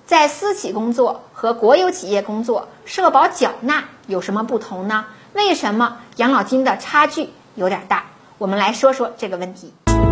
在私企工作和国有企业工作，社保缴纳有什么不同呢？为什么养老金的差距有点大？我们来说说这个问题。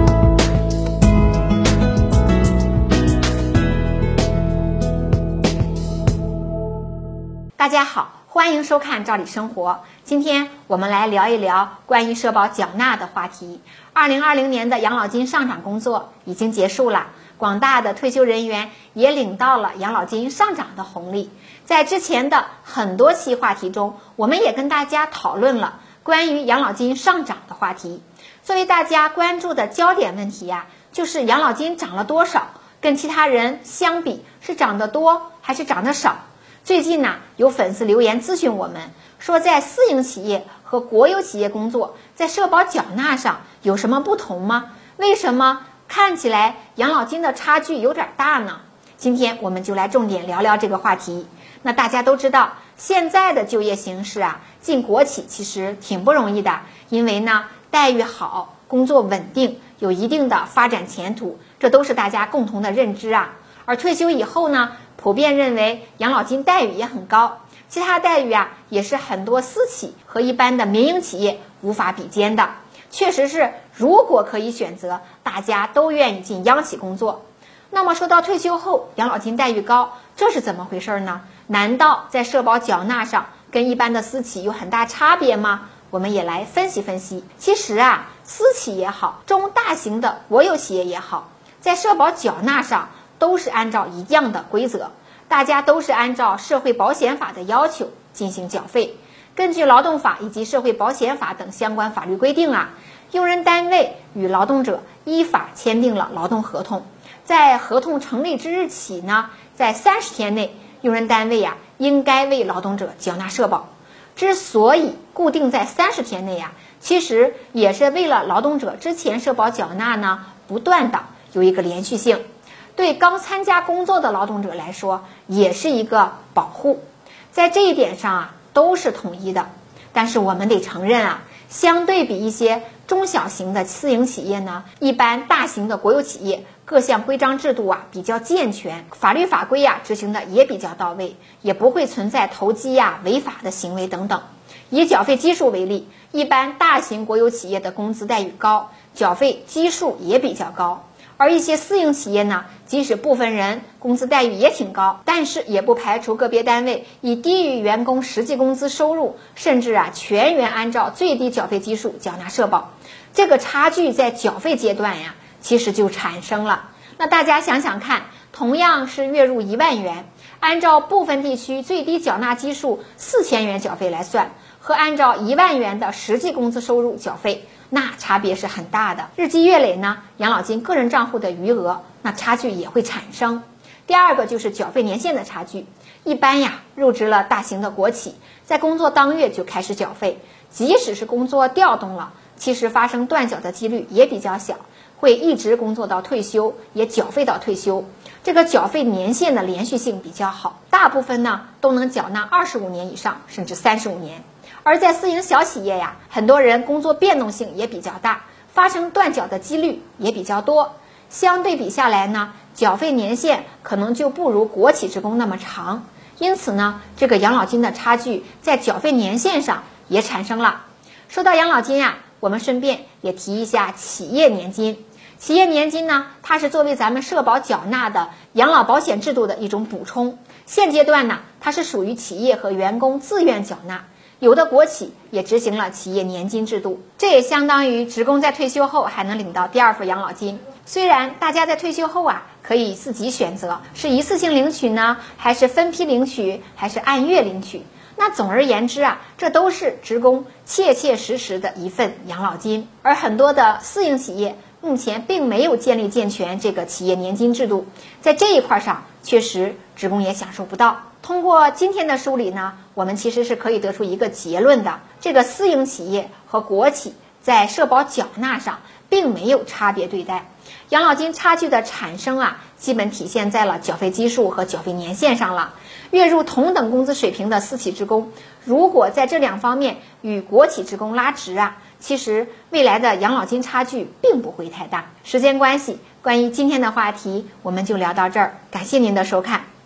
大家好，欢迎收看赵理生活。今天我们来聊一聊关于社保缴纳的话题。2020年的养老金上涨工作已经结束了，广大的退休人员也领到了养老金上涨的红利。在之前的很多期话题中，我们也跟大家讨论了关于养老金上涨的话题。作为大家关注的焦点问题呀，就是养老金涨了多少，跟其他人相比是涨得多还是涨得少？最近呢，有粉丝留言咨询我们，说在私营企业和国有企业工作，在社保缴纳上有什么不同吗？为什么看起来养老金的差距有点大呢？今天我们就来重点聊聊这个话题。那大家都知道，现在的就业形势啊，进国企其实挺不容易的，因为呢，待遇好，工作稳定，有一定的发展前途，这都是大家共同的认知啊。而退休以后呢，普遍认为养老金待遇也很高，其他待遇啊也是很多私企和一般的民营企业无法比肩的。确实是，如果可以选择，大家都愿意进央企工作。那么说到退休后养老金待遇高，这是怎么回事呢？难道在社保缴纳上跟一般的私企有很大差别吗？我们也来分析分析。其实啊，私企也好，中大型的国有企业也好，在社保缴纳上都是按照一样的规则，大家都是按照社会保险法的要求进行缴费。根据劳动法以及社会保险法等相关法律规定啊，用人单位与劳动者依法签订了劳动合同，在合同成立之日起呢，在30天内，用人单位啊应该为劳动者缴纳社保。之所以固定在30天内啊，其实也是为了劳动者之前社保缴纳呢不断的有一个连续性。对刚参加工作的劳动者来说，也是一个保护，在这一点上啊，都是统一的。但是我们得承认啊，相对比一些中小型的私营企业呢，一般大型的国有企业各项规章制度啊比较健全，法律法规啊执行的也比较到位，也不会存在投机啊、违法的行为等等。以缴费基数为例，一般大型国有企业的工资待遇高，缴费基数也比较高。而一些私营企业呢，即使部分人工资待遇也挺高，但是也不排除个别单位以低于员工实际工资收入，甚至啊全员按照最低缴费基数缴纳社保。这个差距在缴费阶段呀，其实就产生了。那大家想想看，同样是月入1万元，按照部分地区最低缴纳基数4000元缴费来算，和按照1万元的实际工资收入缴费，那差别是很大的。日积月累呢，养老金个人账户的余额，那差距也会产生。第二个就是缴费年限的差距。一般呀，入职了大型的国企，在工作当月就开始缴费，即使是工作调动了，其实发生断缴的几率也比较小，会一直工作到退休，也缴费到退休。这个缴费年限的连续性比较好，大部分呢都能缴纳25年以上，甚至35年。而在私营小企业呀，很多人工作变动性也比较大，发生断缴的几率也比较多。相对比下来呢，缴费年限可能就不如国企职工那么长。因此呢，这个养老金的差距在缴费年限上也产生了。说到养老金啊，我们顺便也提一下企业年金。企业年金呢，它是作为咱们社保缴纳的养老保险制度的一种补充。现阶段呢，它是属于企业和员工自愿缴纳。有的国企也执行了企业年金制度，这也相当于职工在退休后还能领到第2份养老金。虽然大家在退休后啊，可以自己选择是一次性领取呢，还是分批领取，还是按月领取。那总而言之啊，这都是职工切切实实的一份养老金。而很多的私营企业目前并没有建立健全这个企业年金制度，在这一块上确实职工也享受不到。通过今天的梳理呢，我们其实是可以得出一个结论的，这个私营企业和国企在社保缴纳上并没有差别对待。养老金差距的产生啊，基本体现在了缴费基数和缴费年限上了。月入同等工资水平的私企职工，如果在这2方面与国企职工拉直啊，其实未来的养老金差距并不会太大。时间关系，关于今天的话题我们就聊到这儿，感谢您的收看。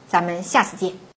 咱们下次见。